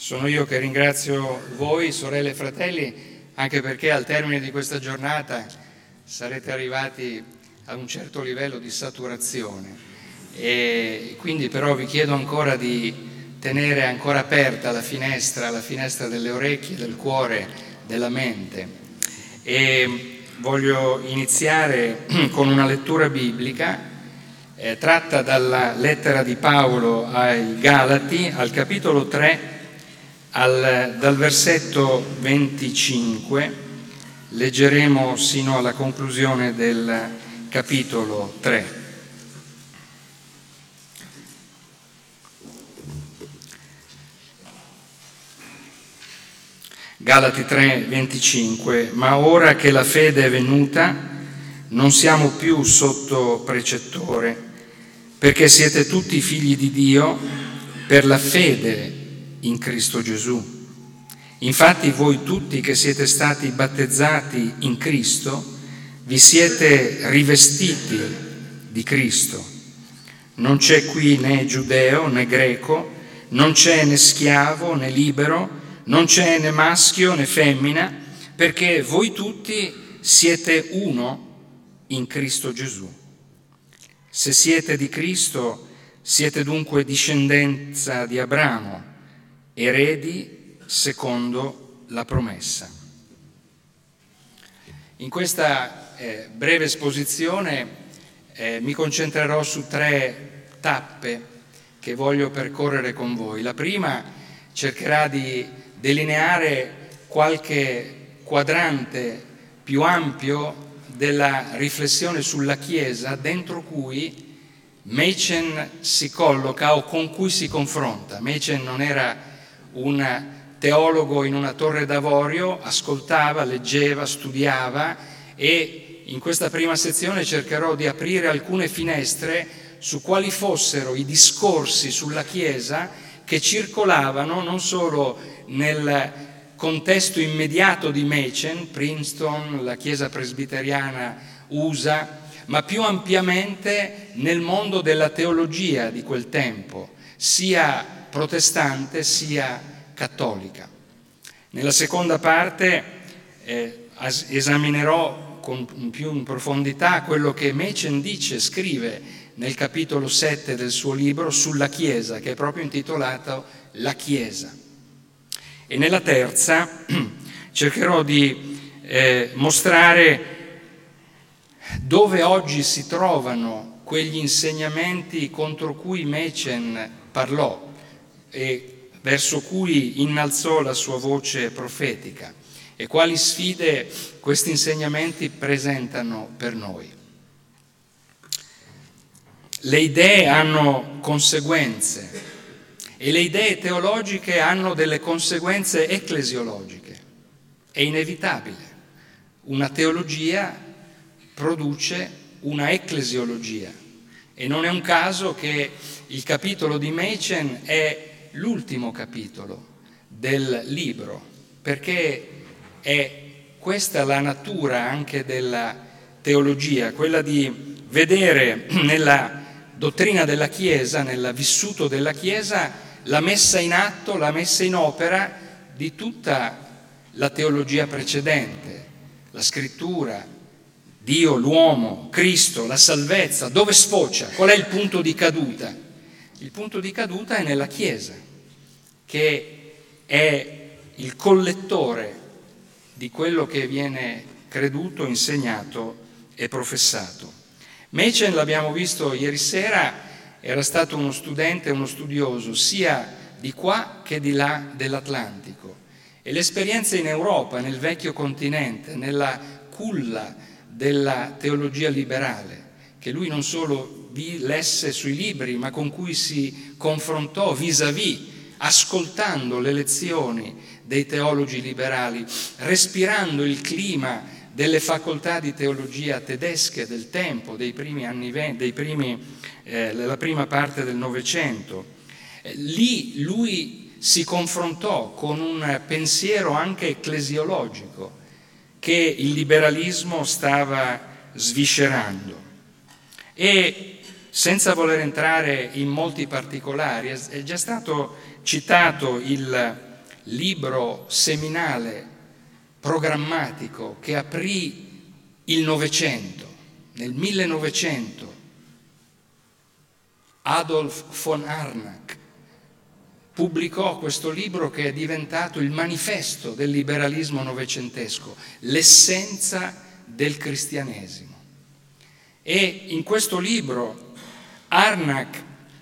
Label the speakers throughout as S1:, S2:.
S1: Sono io che ringrazio voi, sorelle e fratelli, anche perché al termine di questa giornata sarete arrivati a un certo livello di saturazione e quindi però vi chiedo ancora di tenere ancora aperta la finestra delle orecchie, del cuore, della mente. E voglio iniziare con una lettura biblica tratta dalla lettera di Paolo ai Galati, al capitolo 3, dal versetto 25, leggeremo sino alla conclusione del capitolo 3. Galati 3, 25. Ma ora che la fede è venuta, non siamo più sotto precettore, perché siete tutti figli di Dio per la fede in Cristo Gesù. Infatti voi tutti che siete stati battezzati in Cristo, vi siete rivestiti di Cristo. Non c'è qui né giudeo né greco, non c'è né schiavo né libero, non c'è né maschio né femmina, perché voi tutti siete uno in Cristo Gesù. Se siete di Cristo, siete dunque discendenza di Abramo, eredi secondo la promessa. In questa breve esposizione mi concentrerò su 3 tappe che voglio percorrere con voi. La prima cercherà di delineare qualche quadrante più ampio della riflessione sulla Chiesa, dentro cui Machen si colloca o con cui si confronta. Machen non era un teologo in una torre d'avorio, ascoltava, leggeva, studiava, e in questa prima sezione cercherò di aprire alcune finestre su quali fossero i discorsi sulla Chiesa che circolavano non solo nel contesto immediato di Machen, Princeton, la Chiesa presbiteriana USA, ma più ampiamente nel mondo della teologia di quel tempo, sia protestante sia cattolica. Nella seconda parte esaminerò con più in profondità quello che Machen scrive nel capitolo 7 del suo libro sulla Chiesa, che è proprio intitolato La Chiesa. E nella terza cercherò di mostrare dove oggi si trovano quegli insegnamenti contro cui Machen parlò e verso cui innalzò la sua voce profetica, e quali sfide questi insegnamenti presentano per noi. Le idee hanno conseguenze e le idee teologiche hanno delle conseguenze ecclesiologiche. È inevitabile. Una teologia produce una ecclesiologia e non è un caso che il capitolo di Machen è l'ultimo capitolo del libro, perché è questa la natura anche della teologia, quella di vedere nella dottrina della Chiesa, nel vissuto della Chiesa, la messa in atto, la messa in opera di tutta la teologia precedente, la scrittura, Dio, l'uomo, Cristo, la salvezza. Dove sfocia? Qual è il punto di caduta? Il punto di caduta è nella Chiesa, che è il collettore di quello che viene creduto, insegnato e professato. Machen, l'abbiamo visto ieri sera, era stato uno studente, uno studioso, sia di qua che di là dell'Atlantico. E l'esperienza in Europa, nel vecchio continente, nella culla della teologia liberale, che lui non solo lesse sui libri, ma con cui si confrontò vis-à-vis, ascoltando le lezioni dei teologi liberali, respirando il clima delle facoltà di teologia tedesche del tempo, dei primi anni della prima parte del Novecento. Lì lui si confrontò con un pensiero anche ecclesiologico che il liberalismo stava sviscerando. E senza voler entrare in molti particolari, è già stato citato il libro seminale programmatico che aprì il Novecento. Nel 1900 Adolf von Harnack pubblicò questo libro che è diventato il manifesto del liberalismo novecentesco, l'essenza del cristianesimo. E in questo libro Harnack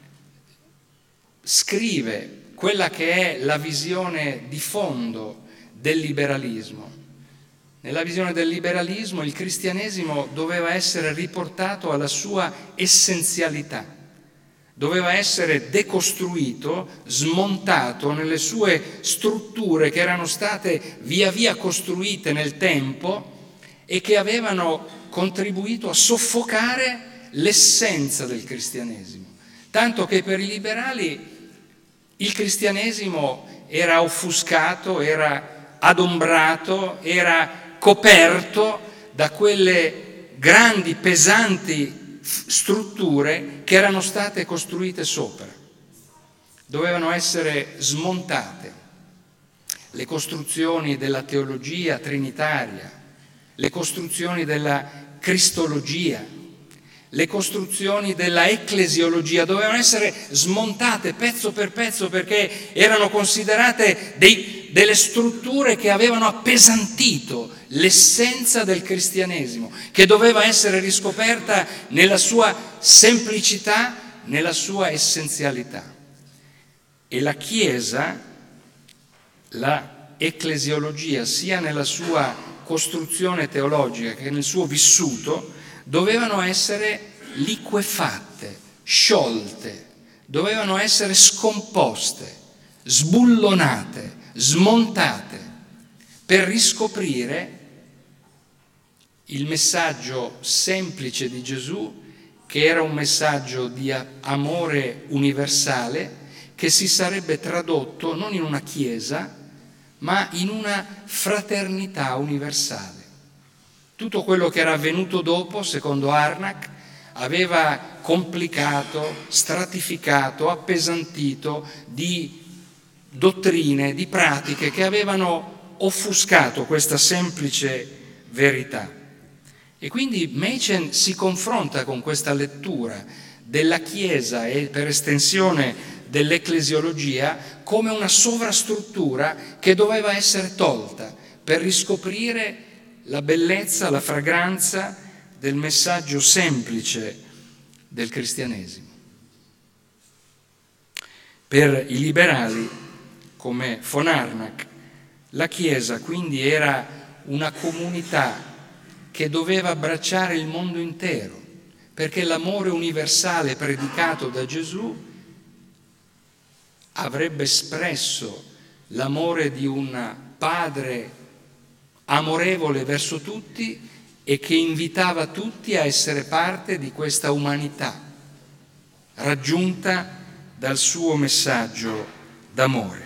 S1: scrive quella che è la visione di fondo del liberalismo. Nella visione del liberalismo il cristianesimo doveva essere riportato alla sua essenzialità, doveva essere decostruito, smontato nelle sue strutture che erano state via via costruite nel tempo e che avevano contribuito a soffocare l'essenza del cristianesimo. Tanto che per i liberali il cristianesimo era offuscato, era adombrato, era coperto da quelle grandi, pesanti strutture che erano state costruite sopra. Dovevano essere smontate. Le costruzioni della teologia trinitaria, le costruzioni della cristologia, le costruzioni della ecclesiologia dovevano essere smontate pezzo per pezzo perché erano considerate delle strutture che avevano appesantito l'essenza del cristianesimo, che doveva essere riscoperta nella sua semplicità, nella sua essenzialità. E la Chiesa, la ecclesiologia, sia nella sua costruzione teologica che nel suo vissuto, dovevano essere liquefatte, sciolte, dovevano essere scomposte, sbullonate, smontate, per riscoprire il messaggio semplice di Gesù, che era un messaggio di amore universale, che si sarebbe tradotto non in una chiesa, ma in una fraternità universale. Tutto quello che era avvenuto dopo, secondo Harnack, aveva complicato, stratificato, appesantito di dottrine, di pratiche che avevano offuscato questa semplice verità. E quindi Machen si confronta con questa lettura della Chiesa e per estensione dell'ecclesiologia come una sovrastruttura che doveva essere tolta per riscoprire la bellezza, la fragranza del messaggio semplice del cristianesimo. Per i liberali, come von Harnack, la Chiesa quindi era una comunità che doveva abbracciare il mondo intero, perché l'amore universale predicato da Gesù avrebbe espresso l'amore di un padre amorevole verso tutti e che invitava tutti a essere parte di questa umanità raggiunta dal suo messaggio d'amore.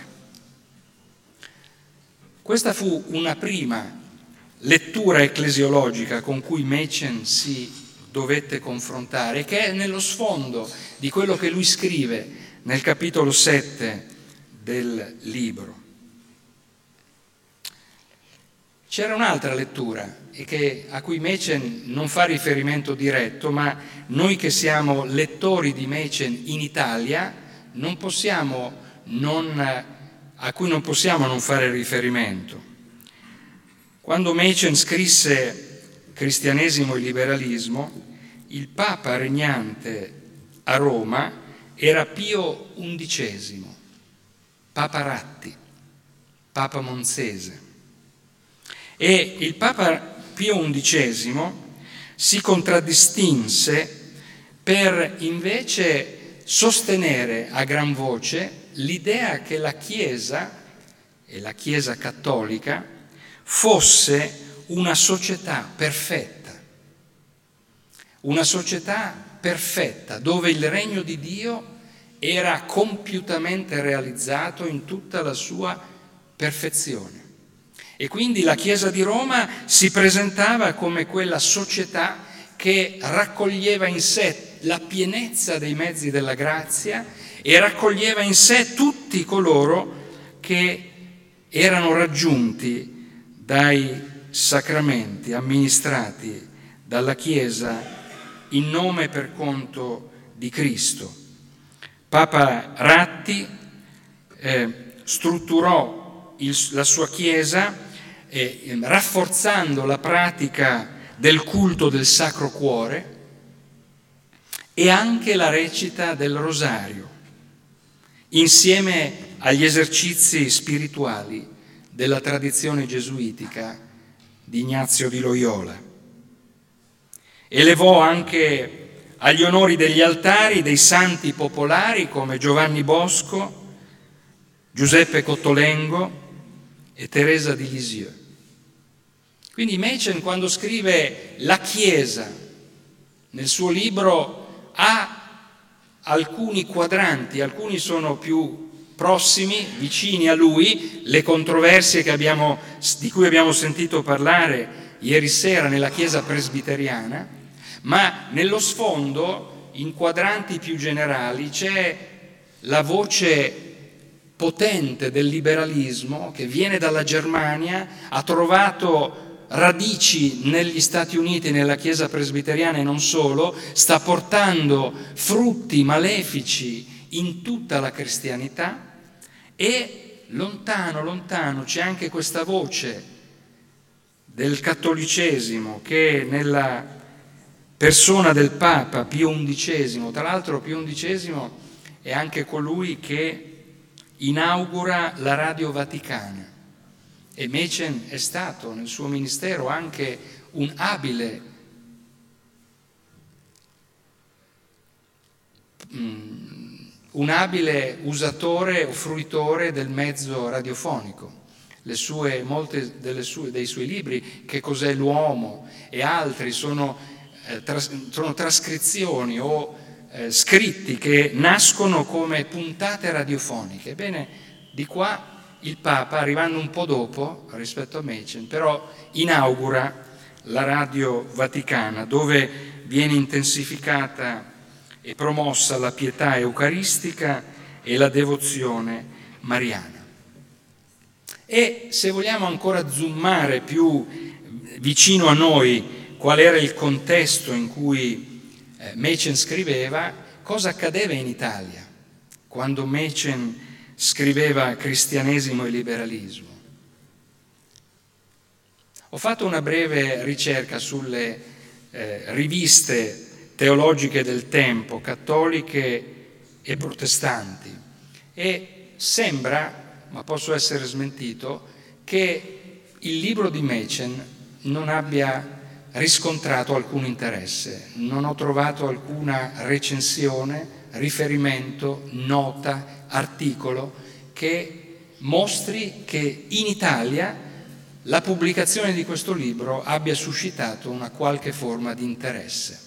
S1: Questa fu una prima lettura ecclesiologica con cui Machen si dovette confrontare, che è nello sfondo di quello che lui scrive nel capitolo 7 del libro. C'era un'altra lettura a cui Machen non fa riferimento diretto, ma noi che siamo lettori di Machen in Italia a cui non possiamo non fare riferimento. Quando Machen scrisse Cristianesimo e liberalismo, il Papa regnante a Roma era Pio XI, Papa Ratti, Papa Monzese. E il Papa Pio XI si contraddistinse per invece sostenere a gran voce l'idea che la Chiesa, e la Chiesa cattolica, fosse una società perfetta dove il regno di Dio era compiutamente realizzato in tutta la sua perfezione. E quindi la Chiesa di Roma si presentava come quella società che raccoglieva in sé la pienezza dei mezzi della grazia e raccoglieva in sé tutti coloro che erano raggiunti dai sacramenti amministrati dalla Chiesa in nome e per conto di Cristo. Papa Ratti strutturò la sua Chiesa rafforzando la pratica del culto del Sacro Cuore e anche la recita del Rosario, insieme agli esercizi spirituali della tradizione gesuitica di Ignazio di Loyola. Elevò anche agli onori degli altari dei santi popolari come Giovanni Bosco, Giuseppe Cottolengo e Teresa di Lisieux. Quindi Machen, quando scrive la Chiesa nel suo libro, ha alcuni quadranti, alcuni sono più prossimi, vicini a lui, le controversie di cui abbiamo sentito parlare ieri sera nella Chiesa presbiteriana, ma nello sfondo, in quadranti più generali, c'è la voce potente del liberalismo che viene dalla Germania, ha trovato radici negli Stati Uniti, nella Chiesa presbiteriana e non solo, sta portando frutti malefici in tutta la cristianità. E lontano, lontano c'è anche questa voce del cattolicesimo che nella persona del Papa Pio XI, tra l'altro Pio XI è anche colui che inaugura la Radio Vaticana, e Machen è stato nel suo ministero anche un abile usatore o fruitore del mezzo radiofonico. Molti dei suoi libri, Che cos'è l'uomo e altri, sono trascrizioni o scritti che nascono come puntate radiofoniche. Ebbene, di qua il Papa, arrivando un po' dopo rispetto a Machen, però inaugura la Radio Vaticana, dove viene intensificata e promossa la pietà eucaristica e la devozione mariana. E se vogliamo ancora zoomare più vicino a noi qual era il contesto in cui Machen scriveva, cosa accadeva in Italia quando Machen scriveva Cristianesimo e liberalismo? Ho fatto una breve ricerca sulle riviste teologiche del tempo, cattoliche e protestanti, e sembra, ma posso essere smentito, che il libro di Machen non abbia riscontrato alcun interesse. Non ho trovato alcuna recensione, riferimento, nota, articolo che mostri che in Italia la pubblicazione di questo libro abbia suscitato una qualche forma di interesse.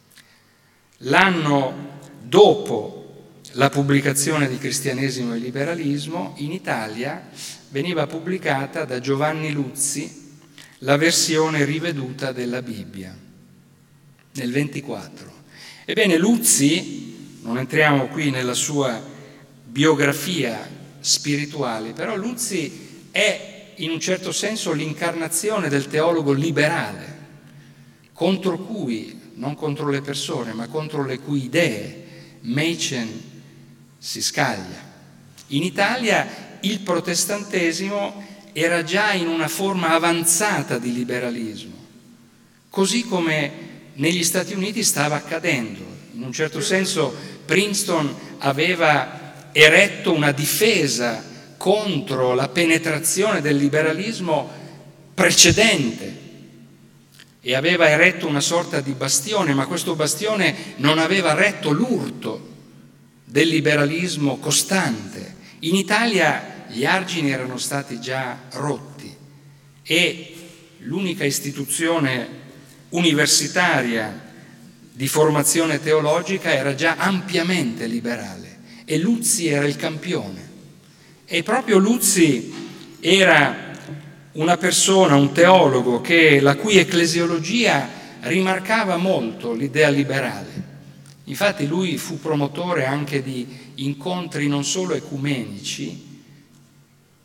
S1: L'anno dopo la pubblicazione di Cristianesimo e Liberalismo, in Italia veniva pubblicata da Giovanni Luzzi la versione riveduta della Bibbia, nel 24. Ebbene, Luzzi, non entriamo qui nella sua biografia spirituale, però Luzzi è in un certo senso l'incarnazione del teologo liberale, contro cui, non contro le persone, ma contro le cui idee Machen si scaglia. In Italia il protestantesimo era già in una forma avanzata di liberalismo, così come negli Stati Uniti stava accadendo. In un certo senso Princeton aveva eretto una difesa contro la penetrazione del liberalismo precedente e aveva eretto una sorta di bastione, ma questo bastione non aveva retto l'urto del liberalismo costante. In Italia gli argini erano stati già rotti e l'unica istituzione universitaria di formazione teologica era già ampiamente liberale e Luzzi era il campione. E proprio Luzzi era una persona, un teologo, la cui ecclesiologia rimarcava molto l'idea liberale. Infatti lui fu promotore anche di incontri non solo ecumenici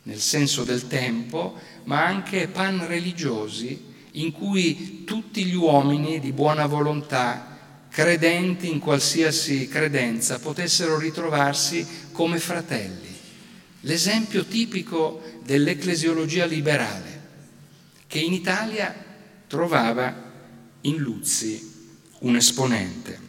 S1: nel senso del tempo, ma anche panreligiosi, in cui tutti gli uomini di buona volontà, credenti in qualsiasi credenza, potessero ritrovarsi come fratelli. L'esempio tipico dell'ecclesiologia liberale, che in Italia trovava in Luzzi un esponente.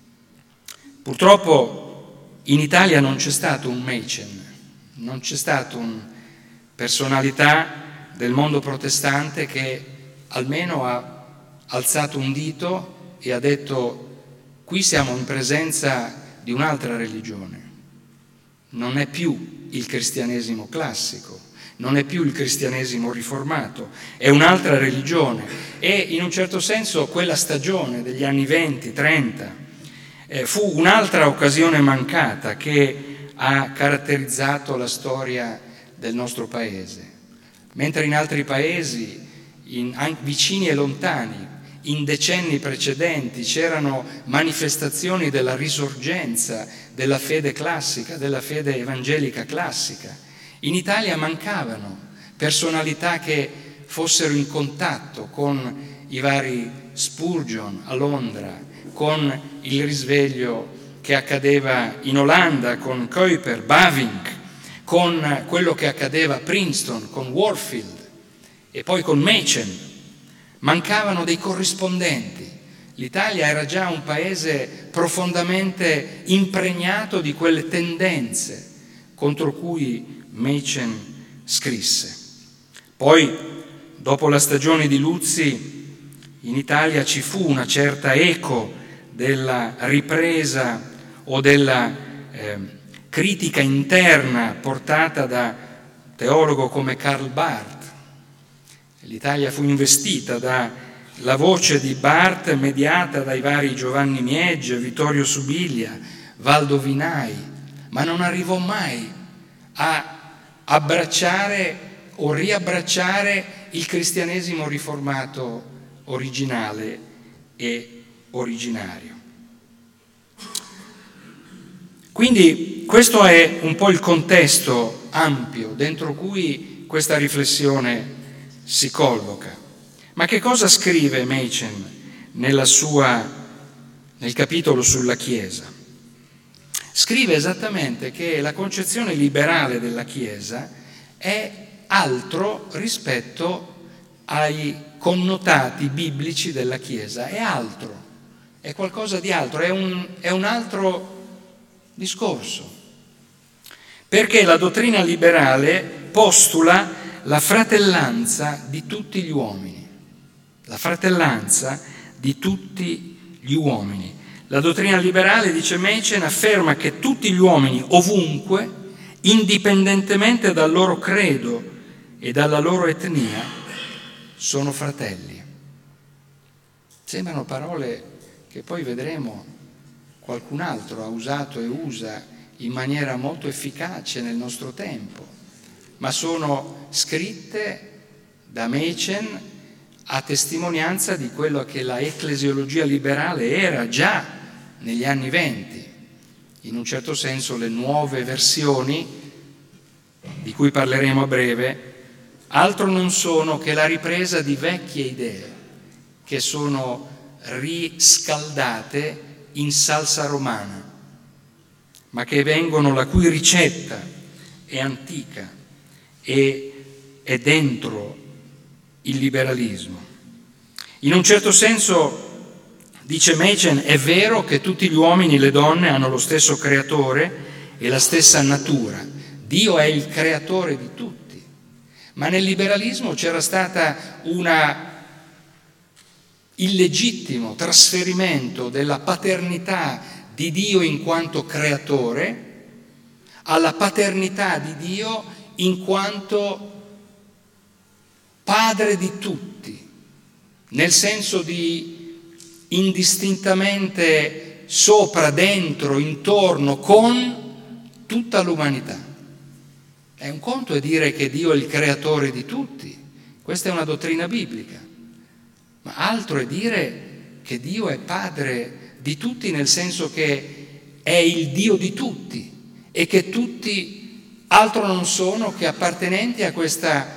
S1: Purtroppo in Italia non c'è stato un Machen, non c'è stata una personalità del mondo protestante che almeno ha alzato un dito e ha detto: qui siamo in presenza di un'altra religione, non è più il cristianesimo classico, non è più il cristianesimo riformato, è un'altra religione. E in un certo senso quella stagione degli anni 20-30 fu un'altra occasione mancata che ha caratterizzato la storia del nostro paese. Mentre in altri paesi, vicini e lontani, in decenni precedenti c'erano manifestazioni della risorgenza della fede classica, della fede evangelica classica, in Italia mancavano personalità che fossero in contatto con i vari Spurgeon a Londra, con il risveglio che accadeva in Olanda con Kuyper, Bavinck, con quello che accadeva a Princeton con Warfield e poi con Machen. Mancavano dei corrispondenti. L'Italia era già un paese profondamente impregnato di quelle tendenze contro cui Machen scrisse. Poi, dopo la stagione di Luzzi, in Italia ci fu una certa eco della ripresa o della critica interna portata da un teologo come Karl Barth. L'Italia fu investita dalla voce di Barth mediata dai vari Giovanni Miegge, Vittorio Subilia, Valdo Vinai, ma non arrivò mai a abbracciare o riabbracciare il cristianesimo riformato originale e originario. Quindi questo è un po' il contesto ampio dentro cui questa riflessione si colloca. Ma che cosa scrive Machen nel capitolo sulla Chiesa? Scrive esattamente che la concezione liberale della Chiesa è altro rispetto ai connotati biblici della Chiesa, è altro, è qualcosa di altro, è un altro discorso, perché la dottrina liberale postula la fratellanza di tutti gli uomini, la fratellanza di tutti gli uomini. La dottrina liberale, dice Machen, afferma che tutti gli uomini ovunque, indipendentemente dal loro credo e dalla loro etnia, sono fratelli. Sembrano parole che poi vedremo qualcun altro ha usato e usa in maniera molto efficace nel nostro tempo, ma sono scritte da Machen a testimonianza di quello che la ecclesiologia liberale era già negli anni 20. In un certo senso le nuove versioni, di cui parleremo a breve, altro non sono che la ripresa di vecchie idee che sono riscaldate in salsa romana, ma che vengono, la cui ricetta è antica e è dentro il liberalismo. In un certo senso, dice Machen, è vero che tutti gli uomini e le donne hanno lo stesso creatore e la stessa natura. Dio è il creatore di tutti. Ma nel liberalismo c'era stata un illegittimo trasferimento della paternità di Dio in quanto creatore alla paternità di Dio in quanto padre di tutti, nel senso di indistintamente sopra, dentro, intorno, con tutta l'umanità. È un conto è dire che Dio è il creatore di tutti, questa è una dottrina biblica, ma altro è dire che Dio è padre di tutti nel senso che è il Dio di tutti e che tutti altro non sono che appartenenti a questa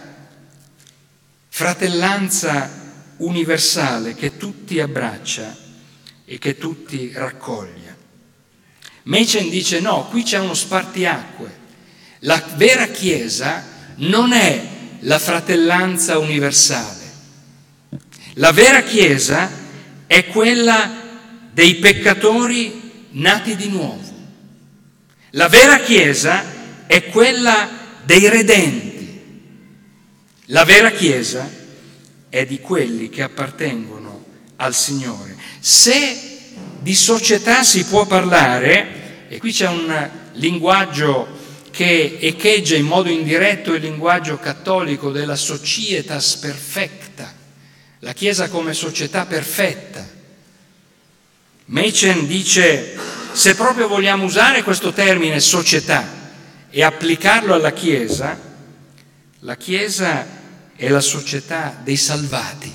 S1: fratellanza universale che tutti abbraccia e che tutti raccoglie. Machen dice no, qui c'è uno spartiacque. La vera Chiesa non è la fratellanza universale. La vera Chiesa è quella dei peccatori nati di nuovo. La vera Chiesa è quella dei redenti. La vera Chiesa è di quelli che appartengono al Signore. Se di società si può parlare, e qui c'è un linguaggio che echeggia in modo indiretto il linguaggio cattolico della societas perfecta, la Chiesa come società perfetta. Machen dice, se proprio vogliamo usare questo termine società e applicarlo alla Chiesa, la Chiesa è la società dei salvati.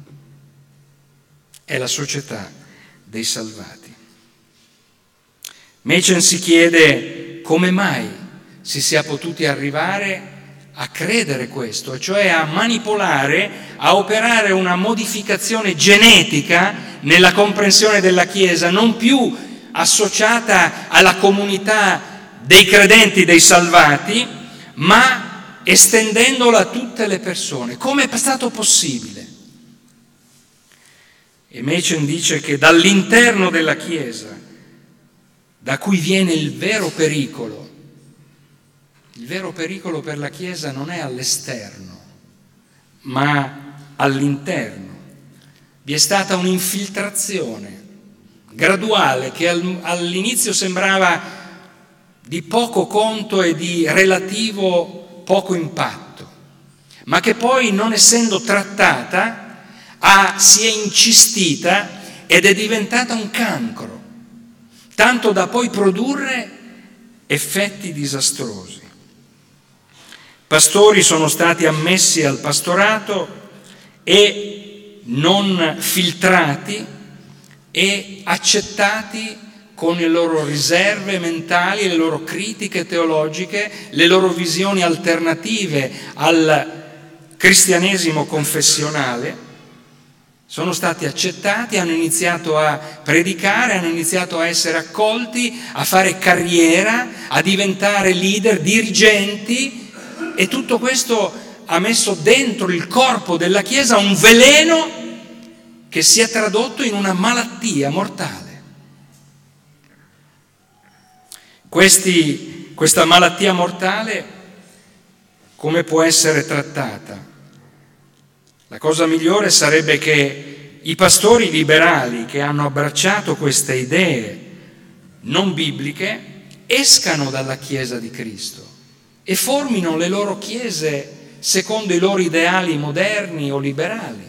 S1: È la società dei salvati. Machen si chiede come mai si sia potuti arrivare a credere questo, cioè a manipolare, a operare una modificazione genetica nella comprensione della Chiesa, non più associata alla comunità dei credenti, dei salvati, ma estendendola a tutte le persone. Come è stato possibile? E Machen dice che dall'interno della Chiesa, da cui viene il vero pericolo per la Chiesa non è all'esterno, ma all'interno. Vi è stata un'infiltrazione graduale che all'inizio sembrava di poco conto e di relativo poco impatto, ma che poi, non essendo trattata, si è incistita ed è diventata un cancro, tanto da poi produrre effetti disastrosi. Pastori sono stati ammessi al pastorato e non filtrati e accettati con le loro riserve mentali, le loro critiche teologiche, le loro visioni alternative al cristianesimo confessionale. Sono stati accettati, hanno iniziato a predicare, hanno iniziato a essere accolti, a fare carriera, a diventare leader, dirigenti, e tutto questo ha messo dentro il corpo della Chiesa un veleno che si è tradotto in una malattia mortale. Questa malattia mortale come può essere trattata? La cosa migliore sarebbe che i pastori liberali che hanno abbracciato queste idee non bibliche escano dalla Chiesa di Cristo e formino le loro chiese secondo i loro ideali moderni o liberali.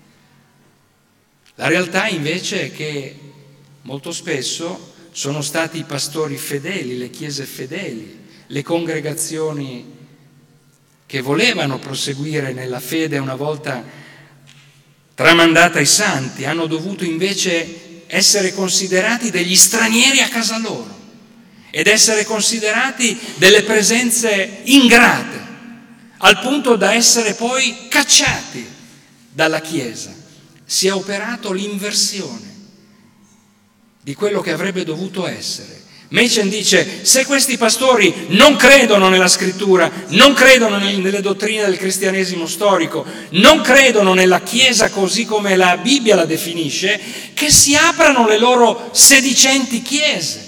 S1: La realtà invece è che molto spesso sono stati i pastori fedeli, le chiese fedeli, le congregazioni che volevano proseguire nella fede una volta tramandata ai santi, hanno dovuto invece essere considerati degli stranieri a casa loro ed essere considerati delle presenze ingrate, al punto da essere poi cacciati dalla Chiesa. Si è operato l'inversione di quello che avrebbe dovuto essere. Machen dice, se questi pastori non credono nella scrittura, non credono nelle dottrine del cristianesimo storico, non credono nella Chiesa così come la Bibbia la definisce, che si aprano le loro sedicenti chiese.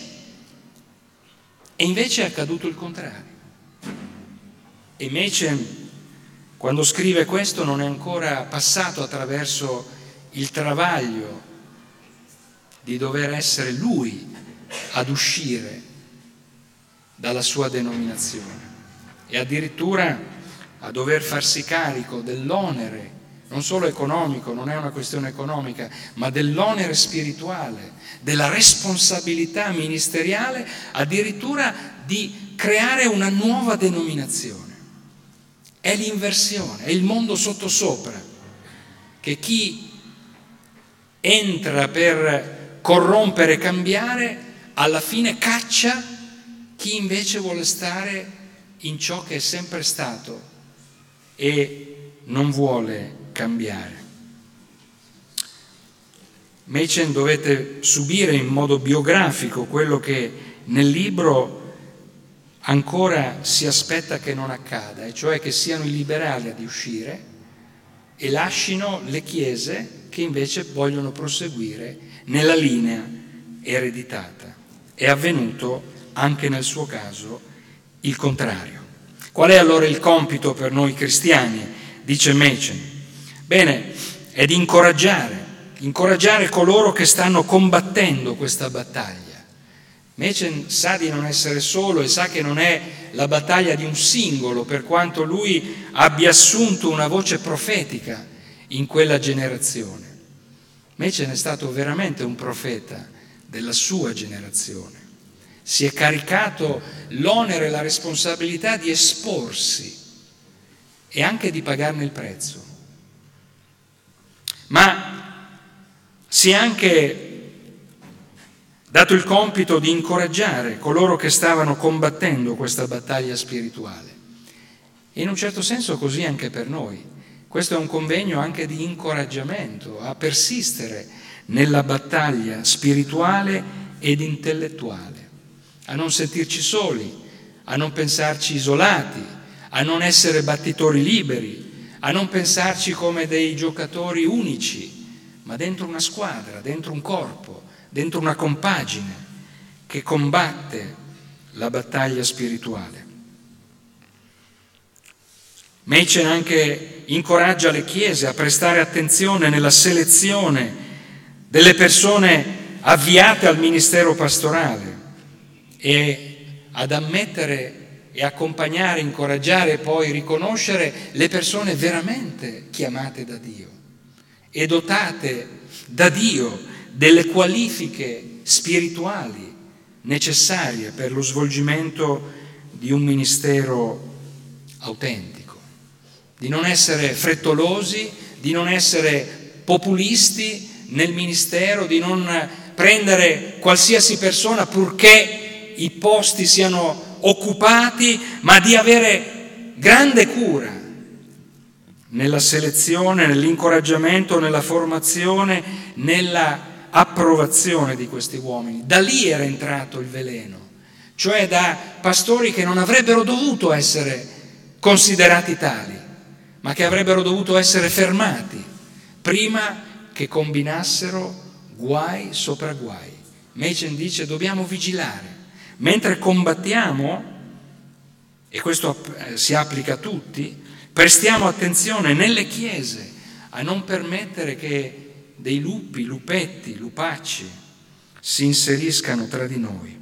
S1: E invece è accaduto il contrario. E Machen, quando scrive questo, non è ancora passato attraverso il travaglio di dover essere lui ad uscire dalla sua denominazione e addirittura a dover farsi carico dell'onere, non solo economico, non è una questione economica, ma dell'onere spirituale, della responsabilità ministeriale, addirittura di creare una nuova denominazione. È l'inversione, è il mondo sottosopra, che chi entra per corrompere e cambiare alla fine caccia chi invece vuole stare in ciò che è sempre stato e non vuole cambiare. Machen dovete subire in modo biografico quello che nel libro ancora si aspetta che non accada, e cioè che siano i liberali ad uscire e lascino le chiese che invece vogliono proseguire nella linea ereditata. È avvenuto anche nel suo caso il contrario. Qual è allora il compito per noi cristiani? Dice Machen. Bene, è di incoraggiare coloro che stanno combattendo questa battaglia. Machen sa di non essere solo e sa che non è la battaglia di un singolo, per quanto lui abbia assunto una voce profetica in quella generazione. Machen è stato veramente un profeta della sua generazione. Si è caricato l'onere e la responsabilità di esporsi e anche di pagarne il prezzo. Ma si è anche dato il compito di incoraggiare coloro che stavano combattendo questa battaglia spirituale. E in un certo senso così anche per noi. Questo è un convegno anche di incoraggiamento a persistere nella battaglia spirituale ed intellettuale, a non sentirci soli, a non pensarci isolati, a non essere battitori liberi, a non pensarci come dei giocatori unici, ma dentro una squadra, dentro un corpo, dentro una compagine che combatte la battaglia spirituale. Machen anche incoraggia le chiese a prestare attenzione nella selezione delle persone avviate al ministero pastorale e ad ammettere e accompagnare, incoraggiare e poi riconoscere le persone veramente chiamate da Dio e dotate da Dio delle qualifiche spirituali necessarie per lo svolgimento di un ministero autentico, di non essere frettolosi, di non essere populisti nel ministero, di non prendere qualsiasi persona purché i posti siano occupati, ma di avere grande cura nella selezione, nell'incoraggiamento, nella formazione, nella approvazione di questi uomini. Da lì era entrato il veleno, cioè da pastori che non avrebbero dovuto essere considerati tali, ma che avrebbero dovuto essere fermati prima che combinassero guai sopra guai. Machen dice: dobbiamo vigilare mentre combattiamo, e questo si applica a tutti. Prestiamo attenzione nelle chiese a non permettere che dei lupi, lupetti, lupacci si inseriscano tra di noi.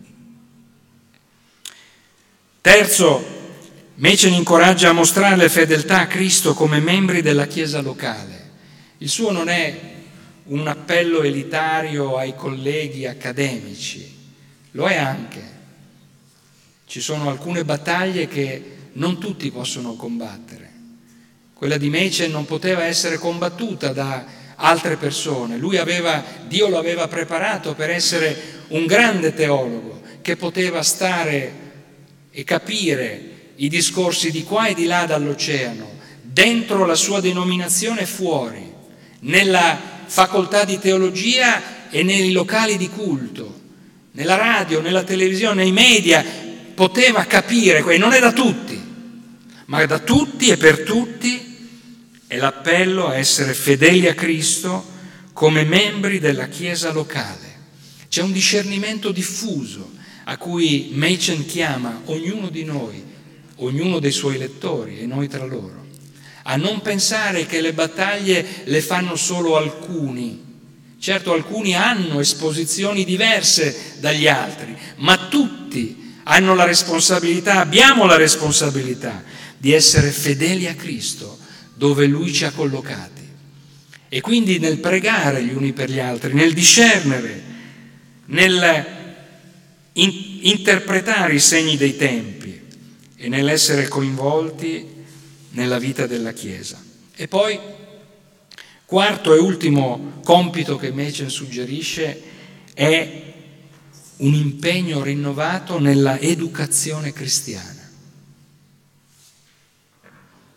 S1: Terzo, Machen incoraggia a mostrare fedeltà a Cristo come membri della Chiesa locale. Il suo non è un appello elitario ai colleghi accademici, lo è anche. Ci sono alcune battaglie che non tutti possono combattere. Quella di Machen non poteva essere combattuta da altre persone. Dio lo aveva preparato per essere un grande teologo che poteva stare e capire i discorsi di qua e di là dall'oceano, dentro la sua denominazione e fuori, nella facoltà di teologia e nei locali di culto, nella radio, nella televisione, nei media, poteva capire, e non è da tutti, ma da tutti e per tutti. È l'appello a essere fedeli a Cristo come membri della Chiesa locale. C'è un discernimento diffuso a cui Machen chiama ognuno di noi, ognuno dei suoi lettori e noi tra loro, a non pensare che le battaglie le fanno solo alcuni. Certo, alcuni hanno esposizioni diverse dagli altri, ma tutti hanno la responsabilità, abbiamo la responsabilità di essere fedeli a Cristo dove Lui ci ha collocati. E quindi nel pregare gli uni per gli altri, nel discernere, nel interpretare i segni dei tempi e nell'essere coinvolti nella vita della Chiesa. E poi, quarto e ultimo compito che Machen suggerisce è un impegno rinnovato nella educazione cristiana.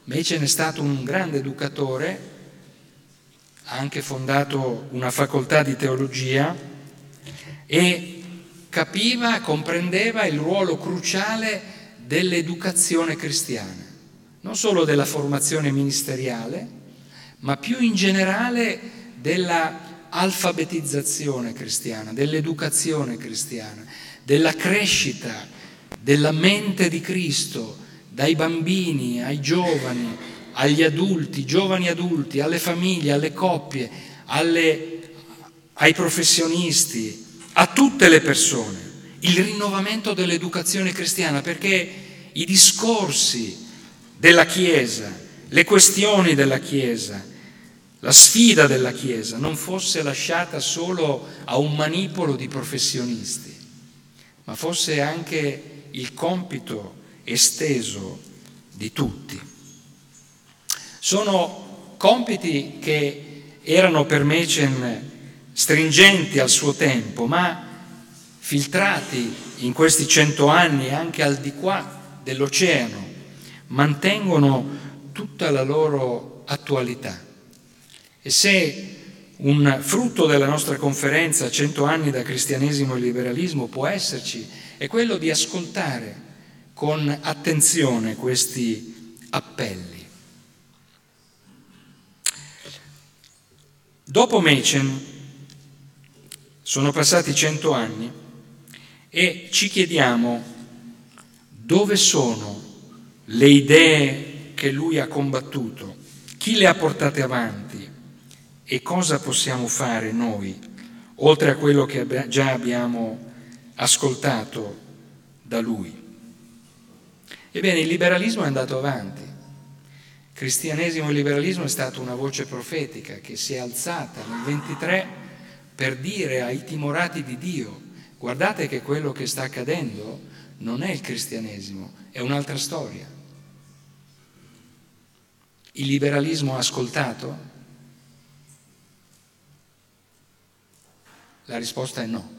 S1: Machen è stato un grande educatore, ha anche fondato una facoltà di teologia e capiva, comprendeva il ruolo cruciale dell'educazione cristiana, non solo della formazione ministeriale, ma più in generale della alfabetizzazione cristiana, dell'educazione cristiana, della crescita della mente di Cristo, dai bambini ai giovani, agli adulti, giovani adulti, alle famiglie, alle coppie, ai professionisti, a tutte le persone. Il rinnovamento dell'educazione cristiana, perché i discorsi della Chiesa, le questioni della Chiesa, la sfida della Chiesa non fosse lasciata solo a un manipolo di professionisti, ma fosse anche il compito esteso di tutti. Sono compiti che erano per Machen stringenti al suo tempo, ma filtrati in questi 100 anni anche al di qua dell'oceano, mantengono tutta la loro attualità. E se un frutto della nostra conferenza 100 anni da cristianesimo e liberalismo può esserci, è quello di ascoltare con attenzione questi appelli. Dopo Machen sono passati 100 anni e ci chiediamo dove sono le idee che lui ha combattuto, chi le ha portate avanti e cosa possiamo fare noi, oltre a quello che già abbiamo ascoltato da lui. Ebbene, il liberalismo è andato avanti. Cristianesimo e liberalismo è stata una voce profetica che si è alzata nel 23 per dire ai timorati di Dio: guardate che quello che sta accadendo non è il cristianesimo, è un'altra storia. Il liberalismo ha ascoltato? La risposta è no.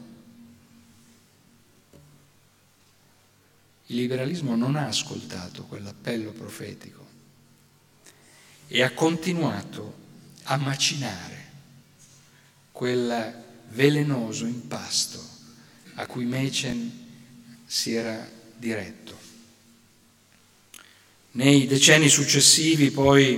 S1: Il liberalismo non ha ascoltato quell'appello profetico e ha continuato a macinare quel velenoso impasto a cui Machen si era diretto. Nei decenni successivi poi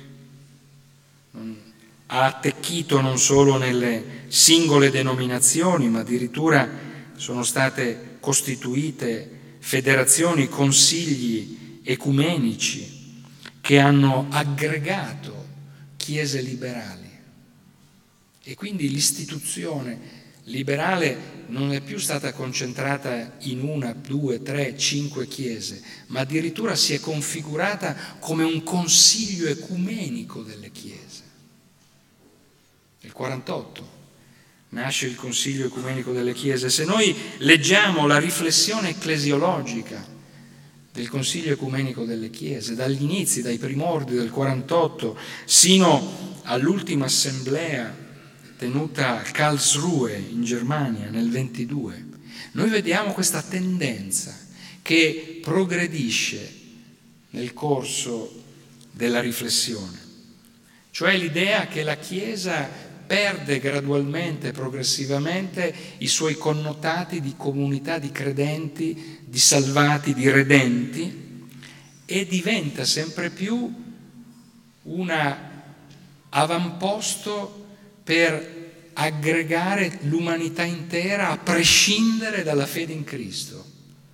S1: ha attecchito non solo nelle singole denominazioni, ma addirittura sono state costituite federazioni, consigli ecumenici che hanno aggregato chiese liberali. E quindi l'istituzione liberale non è più stata concentrata in 1, 2, 3, 5 chiese, ma addirittura si è configurata come un consiglio ecumenico delle chiese. Nel 48 nasce il Consiglio Ecumenico delle Chiese. Se noi leggiamo la riflessione ecclesiologica del Consiglio Ecumenico delle Chiese, dagli inizi, dai primordi del 48, sino all'ultima assemblea tenuta a Karlsruhe in Germania nel 22, noi vediamo questa tendenza che progredisce nel corso della riflessione, cioè l'idea che la Chiesa perde gradualmente, progressivamente i suoi connotati di comunità di credenti, di salvati, di redenti, e diventa sempre più un avamposto per aggregare l'umanità intera a prescindere dalla fede in Cristo,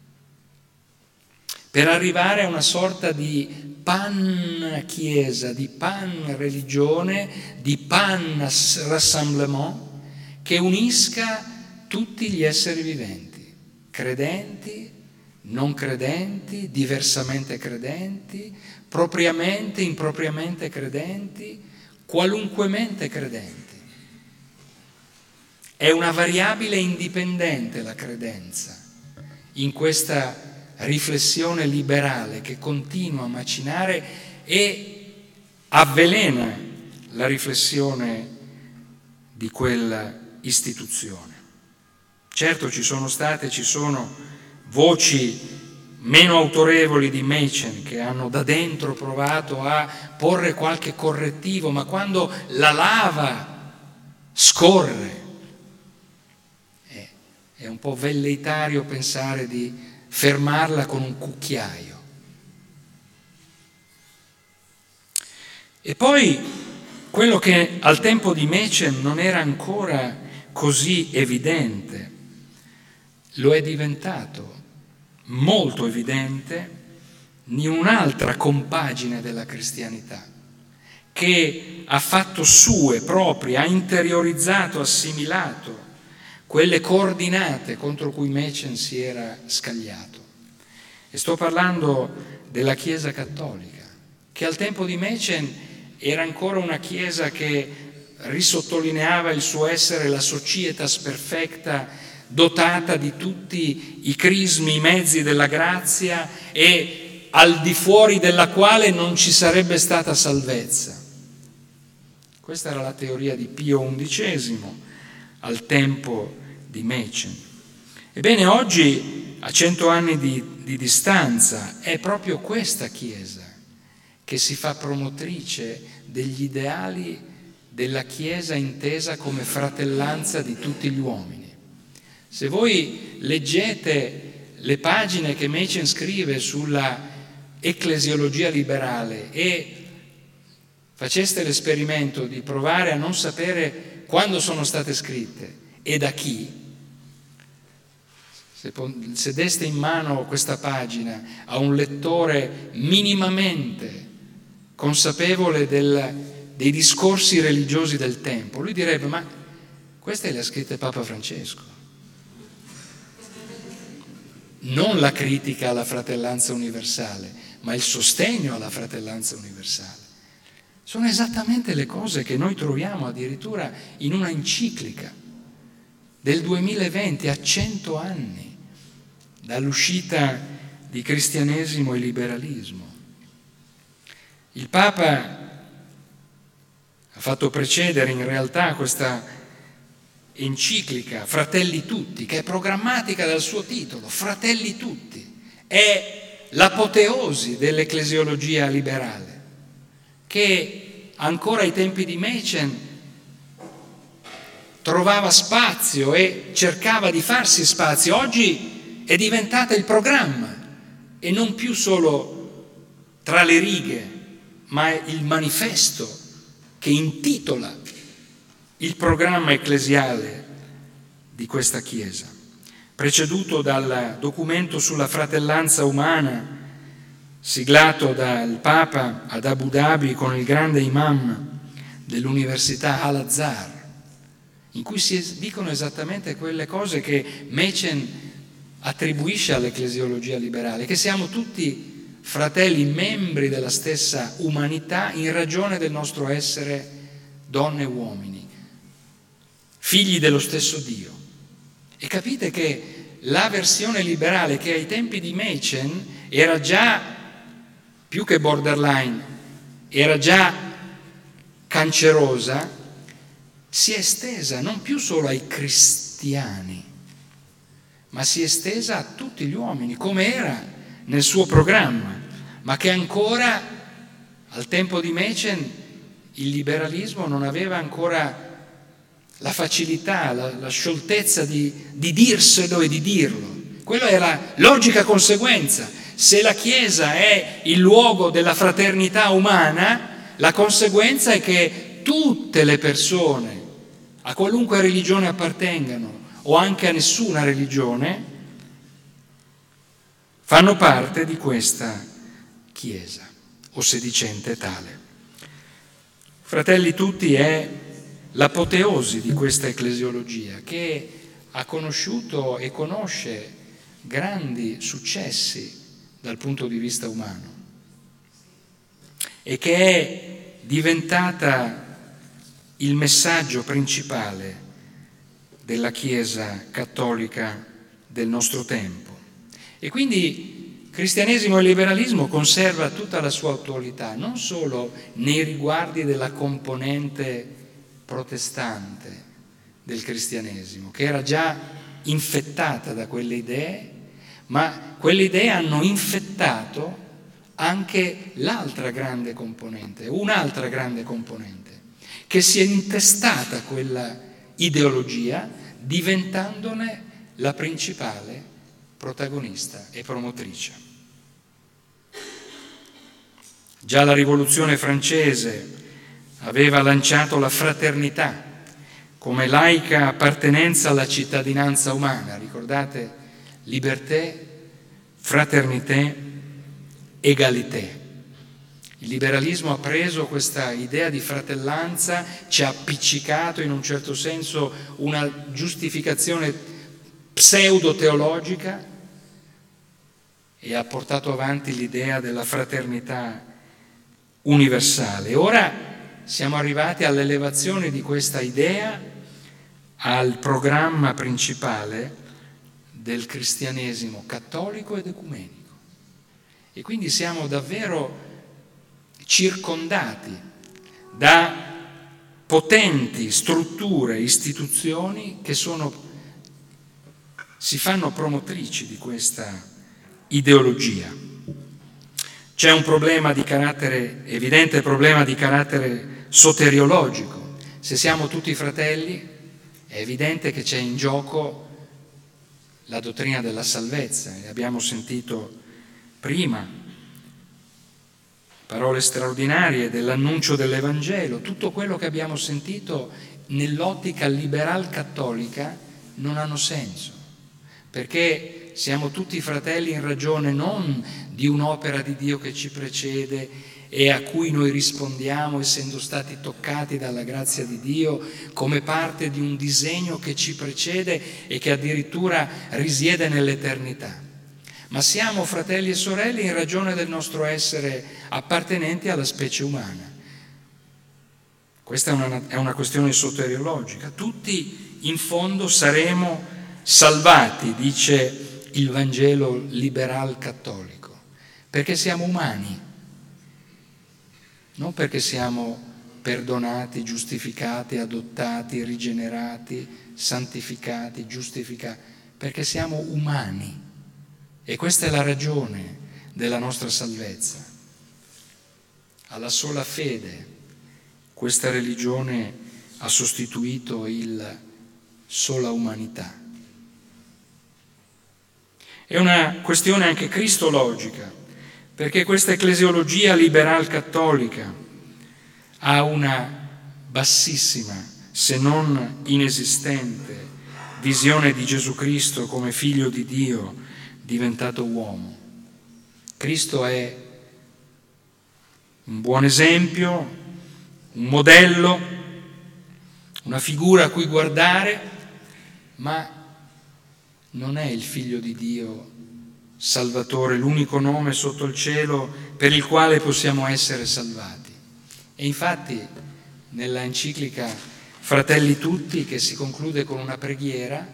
S1: per arrivare a una sorta di pan-chiesa, di pan-religione, di pan-rassemblement che unisca tutti gli esseri viventi, credenti, non credenti, diversamente credenti, propriamente, impropriamente credenti, qualunquemente credenti. È una variabile indipendente la credenza in questa riflessione liberale che continua a macinare e avvelena la riflessione di quella istituzione. Certo ci sono voci meno autorevoli di Machen, che hanno da dentro provato a porre qualche correttivo, ma quando la lava scorre è un po' velleitario pensare di fermarla con un cucchiaio. E poi quello che al tempo di Machen non era ancora così evidente, lo è diventato molto evidente in un'altra compagine della cristianità, che ha fatto sue proprie, ha interiorizzato, assimilato quelle coordinate contro cui Machen si era scagliato. E sto parlando della Chiesa cattolica, che al tempo di Machen era ancora una Chiesa che risottolineava il suo essere la societas perfecta, dotata di tutti i crismi, i mezzi della grazia e al di fuori della quale non ci sarebbe stata salvezza. Questa era la teoria di Pio XI al tempo di Machen. Ebbene, oggi, a 100 anni di distanza, è proprio questa Chiesa che si fa promotrice degli ideali della Chiesa intesa come fratellanza di tutti gli uomini. Se voi leggete le pagine che Machen scrive sulla ecclesiologia liberale e faceste l'esperimento di provare a non sapere quando sono state scritte e da chi, se deste in mano questa pagina a un lettore minimamente consapevole dei discorsi religiosi del tempo, lui direbbe: ma queste le ha scritte Papa Francesco. Non la critica alla fratellanza universale, ma il sostegno alla fratellanza universale. Sono esattamente le cose che noi troviamo addirittura in una enciclica del 2020, a 100 anni dall'uscita di cristianesimo e liberalismo. Il Papa ha fatto precedere in realtà questa enciclica Fratelli Tutti, che è programmatica dal suo titolo, Fratelli Tutti, è l'apoteosi dell'ecclesiologia liberale, che ancora ai tempi di Machen trovava spazio e cercava di farsi spazio. Oggi è diventata il programma e non più solo tra le righe, ma è il manifesto che intitola il programma ecclesiale di questa Chiesa, preceduto dal documento sulla fratellanza umana, siglato dal Papa ad Abu Dhabi con il grande imam dell'Università Al-Azhar, in cui si dicono esattamente quelle cose che Machen attribuisce all'ecclesiologia liberale, che siamo tutti fratelli, membri della stessa umanità in ragione del nostro essere donne e uomini, figli dello stesso Dio. E capite che la versione liberale, che ai tempi di Machen era già più che borderline, era già cancerosa, si è estesa non più solo ai cristiani, ma si è estesa a tutti gli uomini, come era nel suo programma, ma che ancora al tempo di Machen il liberalismo non aveva ancora la facilità, la scioltezza di dirselo e di dirlo. Quella è la logica conseguenza. Se la Chiesa è il luogo della fraternità umana, la conseguenza è che tutte le persone, a qualunque religione appartengano o anche a nessuna religione, fanno parte di questa Chiesa o sedicente tale. Fratelli Tutti è l'apoteosi di questa ecclesiologia, che ha conosciuto e conosce grandi successi dal punto di vista umano e che è diventata il messaggio principale della Chiesa cattolica del nostro tempo. E quindi cristianesimo e liberalismo conserva tutta la sua attualità, non solo nei riguardi della componente protestante del cristianesimo, che era già infettata da quelle idee, ma quelle idee hanno infettato anche un'altra grande componente, che si è intestata quella ideologia, diventandone la principale protagonista e promotrice. Già la Rivoluzione francese aveva lanciato la fraternità come laica appartenenza alla cittadinanza umana, ricordate? Liberté, fraternité, égalité. Il liberalismo ha preso questa idea di fratellanza, ci ha appiccicato in un certo senso una giustificazione pseudo-teologica e ha portato avanti l'idea della fraternità universale. Ora siamo arrivati all'elevazione di questa idea al programma principale del cristianesimo cattolico ed ecumenico. E quindi siamo davvero circondati da potenti strutture, istituzioni che si fanno promotrici di questa ideologia. C'è un problema di carattere, evidente problema di carattere soteriologico. Se siamo tutti fratelli, è evidente che c'è in gioco la dottrina della salvezza, ne abbiamo sentito prima, parole straordinarie dell'annuncio dell'Evangelo, tutto quello che abbiamo sentito nell'ottica liberal cattolica non hanno senso, perché siamo tutti fratelli in ragione non di un'opera di Dio che ci precede e a cui noi rispondiamo essendo stati toccati dalla grazia di Dio come parte di un disegno che ci precede e che addirittura risiede nell'eternità, ma siamo fratelli e sorelle in ragione del nostro essere appartenenti alla specie umana. Questa è una questione soteriologica. Tutti in fondo saremo salvati, dice il Vangelo liberal cattolico, perché siamo umani, non perché siamo perdonati, giustificati, adottati, rigenerati, santificati, giustificati, perché siamo umani. E questa è la ragione della nostra salvezza. Alla sola fede questa religione ha sostituito il sola umanità. È una questione anche cristologica, perché questa ecclesiologia liberal cattolica ha una bassissima, se non inesistente, visione di Gesù Cristo come figlio di Dio diventato uomo. Cristo è un buon esempio, un modello, una figura a cui guardare, ma non è il figlio di Dio Salvatore, l'unico nome sotto il cielo per il quale possiamo essere salvati. E infatti nella enciclica Fratelli Tutti, che si conclude con una preghiera,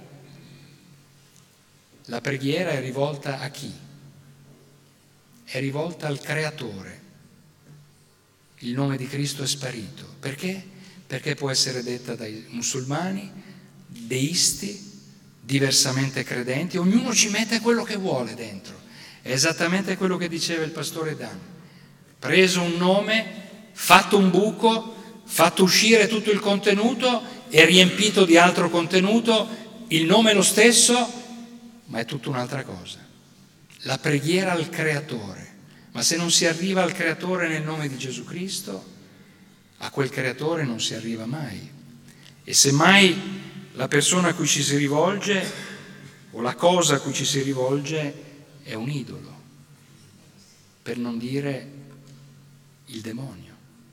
S1: la preghiera è rivolta a chi? È rivolta al Creatore. Il nome di Cristo è sparito. Perché? Perché può essere detta dai musulmani, deisti, diversamente credenti, ognuno ci mette quello che vuole dentro. È esattamente quello che diceva il pastore Dan. Preso un nome, fatto un buco, fatto uscire tutto il contenuto e riempito di altro contenuto, il nome è lo stesso, ma è tutta un'altra cosa. La preghiera al Creatore. Ma se non si arriva al Creatore nel nome di Gesù Cristo, a quel Creatore non si arriva mai. E semmai la persona a cui ci si rivolge o la cosa a cui ci si rivolge è un idolo, per non dire il demonio.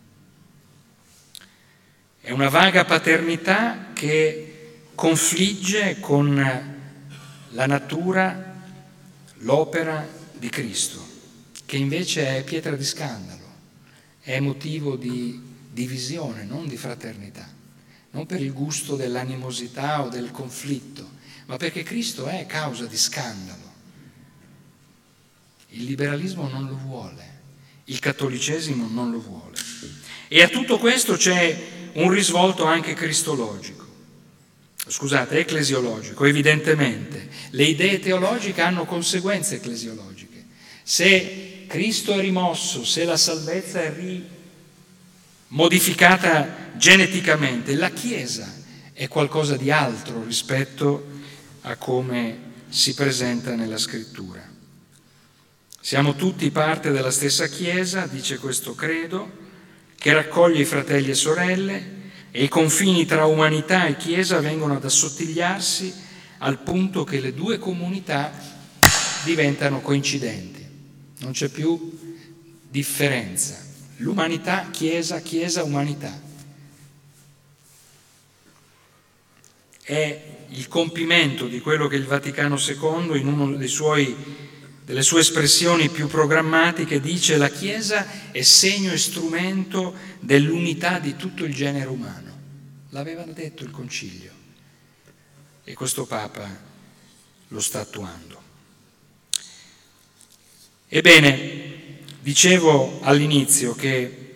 S1: È una vaga paternità che confligge con la natura, l'opera di Cristo, che invece è pietra di scandalo, è motivo di divisione, non di fraternità, non per il gusto dell'animosità o del conflitto, ma perché Cristo è causa di scandalo. Il liberalismo non lo vuole, il cattolicesimo non lo vuole. E a tutto questo c'è un risvolto anche cristologico. ecclesiologico, evidentemente. Le idee teologiche hanno conseguenze ecclesiologiche. Se Cristo è rimosso, se la salvezza è modificata geneticamente, la Chiesa è qualcosa di altro rispetto a come si presenta nella Scrittura. Siamo tutti parte della stessa Chiesa, dice questo credo, che raccoglie i fratelli e sorelle, e i confini tra umanità e Chiesa vengono ad assottigliarsi al punto che le due comunità diventano coincidenti. Non c'è più differenza. L'umanità, Chiesa, Chiesa, umanità. È il compimento di quello che il Vaticano II, in una delle sue espressioni più programmatiche, dice: la Chiesa è segno e strumento dell'unità di tutto il genere umano. L'aveva detto il Concilio e questo Papa lo sta attuando. Ebbene, dicevo all'inizio che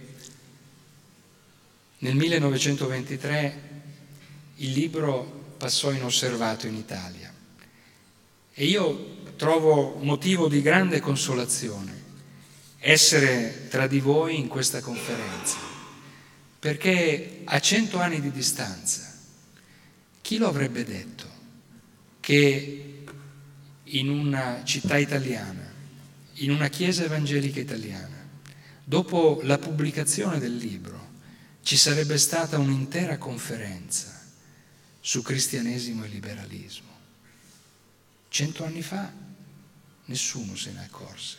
S1: nel 1923 il libro passò inosservato in Italia e io trovo motivo di grande consolazione essere tra di voi in questa conferenza, perché a 100 anni di distanza chi lo avrebbe detto che in una città italiana, in una chiesa evangelica italiana, dopo la pubblicazione del libro ci sarebbe stata un'intera conferenza su cristianesimo e liberalismo. 100 anni fa nessuno se ne accorse.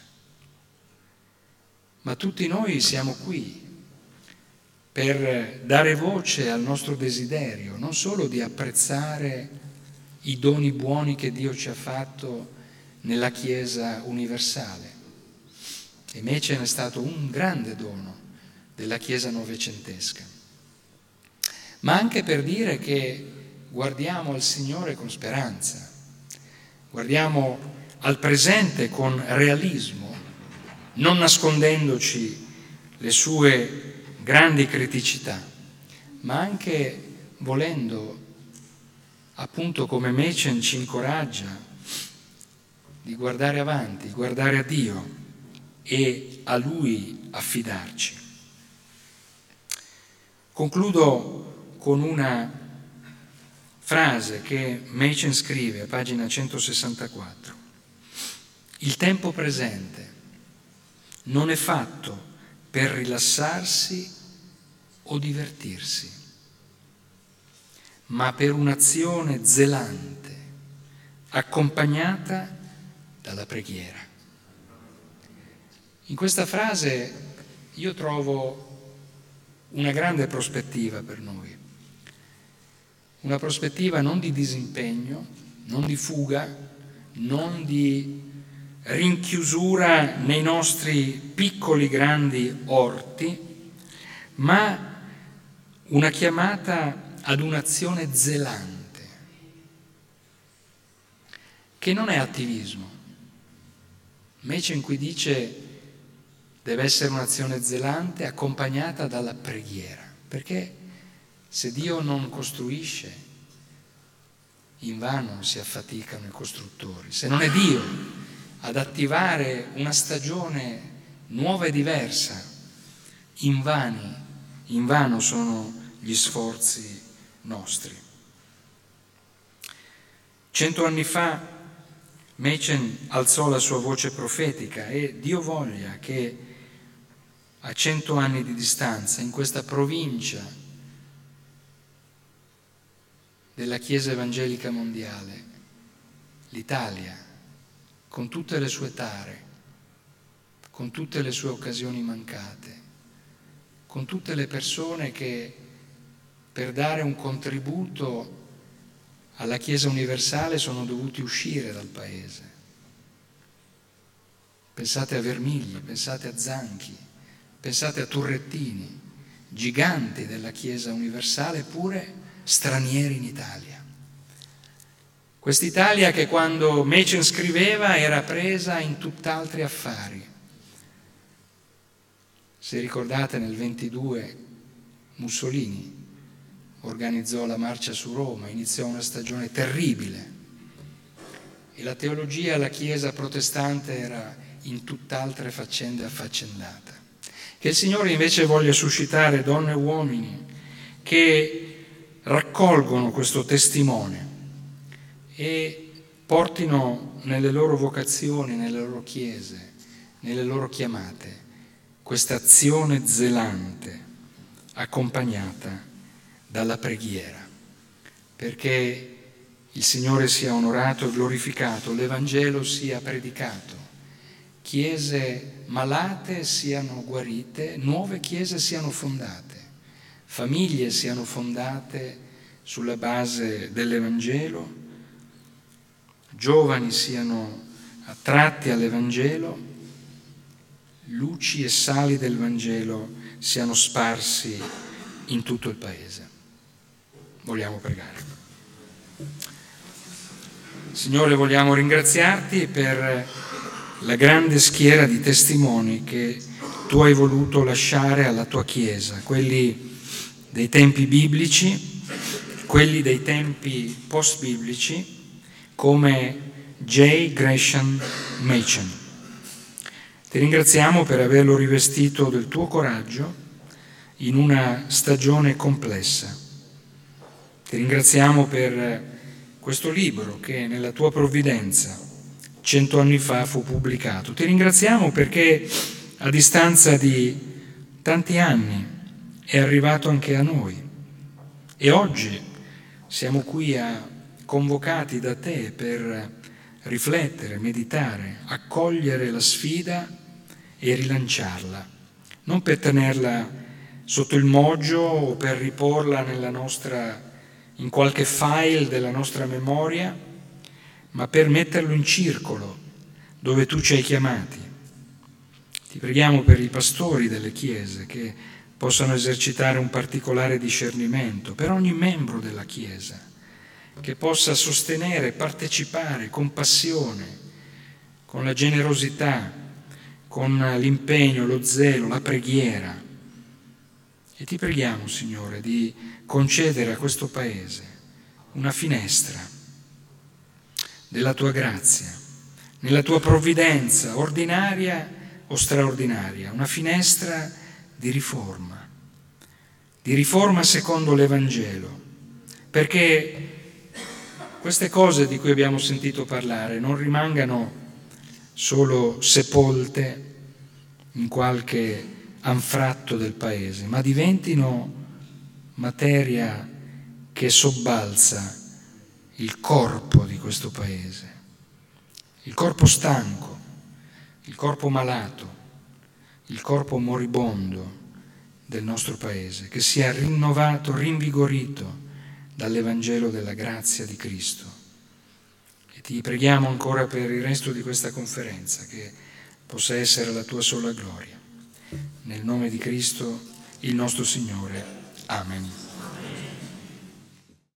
S1: Ma tutti noi siamo qui per dare voce al nostro desiderio, non solo di apprezzare i doni buoni che Dio ci ha fatto nella Chiesa universale. E Machen è stato un grande dono della Chiesa novecentesca, ma anche per dire che guardiamo al Signore con speranza, guardiamo al presente con realismo, non nascondendoci le sue grandi criticità, ma anche volendo, appunto come Machen ci incoraggia, di guardare avanti, guardare a Dio e a Lui affidarci. Concludo con una frase che Machen scrive a pagina 164. Il tempo presente non è fatto per rilassarsi o divertirsi, ma per un'azione zelante, accompagnata dalla preghiera. In questa frase io trovo una grande prospettiva per noi, una prospettiva non di disimpegno, non di fuga, non di rinchiusura nei nostri piccoli grandi orti, ma una chiamata ad un'azione zelante, che non è attivismo. Machen qui dice deve essere un'azione zelante accompagnata dalla preghiera, perché se Dio non costruisce, invano si affaticano i costruttori. Se non è Dio ad attivare una stagione nuova e diversa, invano sono gli sforzi nostri. 100 anni fa Machen alzò la sua voce profetica e Dio voglia che a 100 anni di distanza, in questa provincia della Chiesa Evangelica Mondiale, l'Italia, con tutte le sue tare, con tutte le sue occasioni mancate, con tutte le persone che per dare un contributo alla Chiesa universale sono dovuti uscire dal paese. Pensate a Vermigli, pensate a Zanchi, pensate a Turrettini, giganti della Chiesa universale, pure stranieri in Italia. Quest'Italia che quando Machen scriveva era presa in tutt'altri affari. Se ricordate nel 22 Mussolini organizzò la marcia su Roma, iniziò una stagione terribile. E la teologia, la Chiesa protestante era in tutt'altre faccende affaccendata. Che il Signore invece voglia suscitare donne e uomini che raccolgono questo testimone e portino nelle loro vocazioni, nelle loro chiese, nelle loro chiamate, questa azione zelante, accompagnata dalla preghiera, perché il Signore sia onorato e glorificato, l'Evangelo sia predicato, chiese malate siano guarite, nuove chiese siano fondate, famiglie siano fondate sulla base dell'Evangelo, giovani siano attratti all'Evangelo, luci e sali del Vangelo siano sparsi in tutto il Paese. Vogliamo pregare. Signore, vogliamo ringraziarti per la grande schiera di testimoni che tu hai voluto lasciare alla tua Chiesa, quelli dei tempi biblici, quelli dei tempi post-biblici, come J. Gresham Machen. Ti ringraziamo per averlo rivestito del tuo coraggio in una stagione complessa. Ti ringraziamo per questo libro che nella tua provvidenza 100 anni fa fu pubblicato. Ti ringraziamo perché a distanza di tanti anni è arrivato anche a noi e oggi siamo qui convocati da te per riflettere, meditare, accogliere la sfida e rilanciarla, non per tenerla sotto il moggio o per riporla in qualche file della nostra memoria, ma per metterlo in circolo dove tu ci hai chiamati. Ti preghiamo per i pastori delle chiese che possano esercitare un particolare discernimento, per ogni membro della Chiesa, che possa sostenere, partecipare con passione, con la generosità, con l'impegno, lo zelo, la preghiera. E ti preghiamo, Signore, di concedere a questo Paese una finestra della tua grazia, nella tua provvidenza, ordinaria o straordinaria, una finestra di riforma secondo l'Evangelo, perché queste cose di cui abbiamo sentito parlare non rimangano solo sepolte in qualche anfratto del Paese, ma diventino materia che sobbalza il corpo di questo Paese, il corpo stanco, il corpo malato, il corpo moribondo del nostro Paese, che sia rinnovato, rinvigorito dall'Evangelo della grazia di Cristo. E ti preghiamo ancora per il resto di questa conferenza, che possa essere la tua sola gloria. Nel nome di Cristo, il nostro Signore. Amen.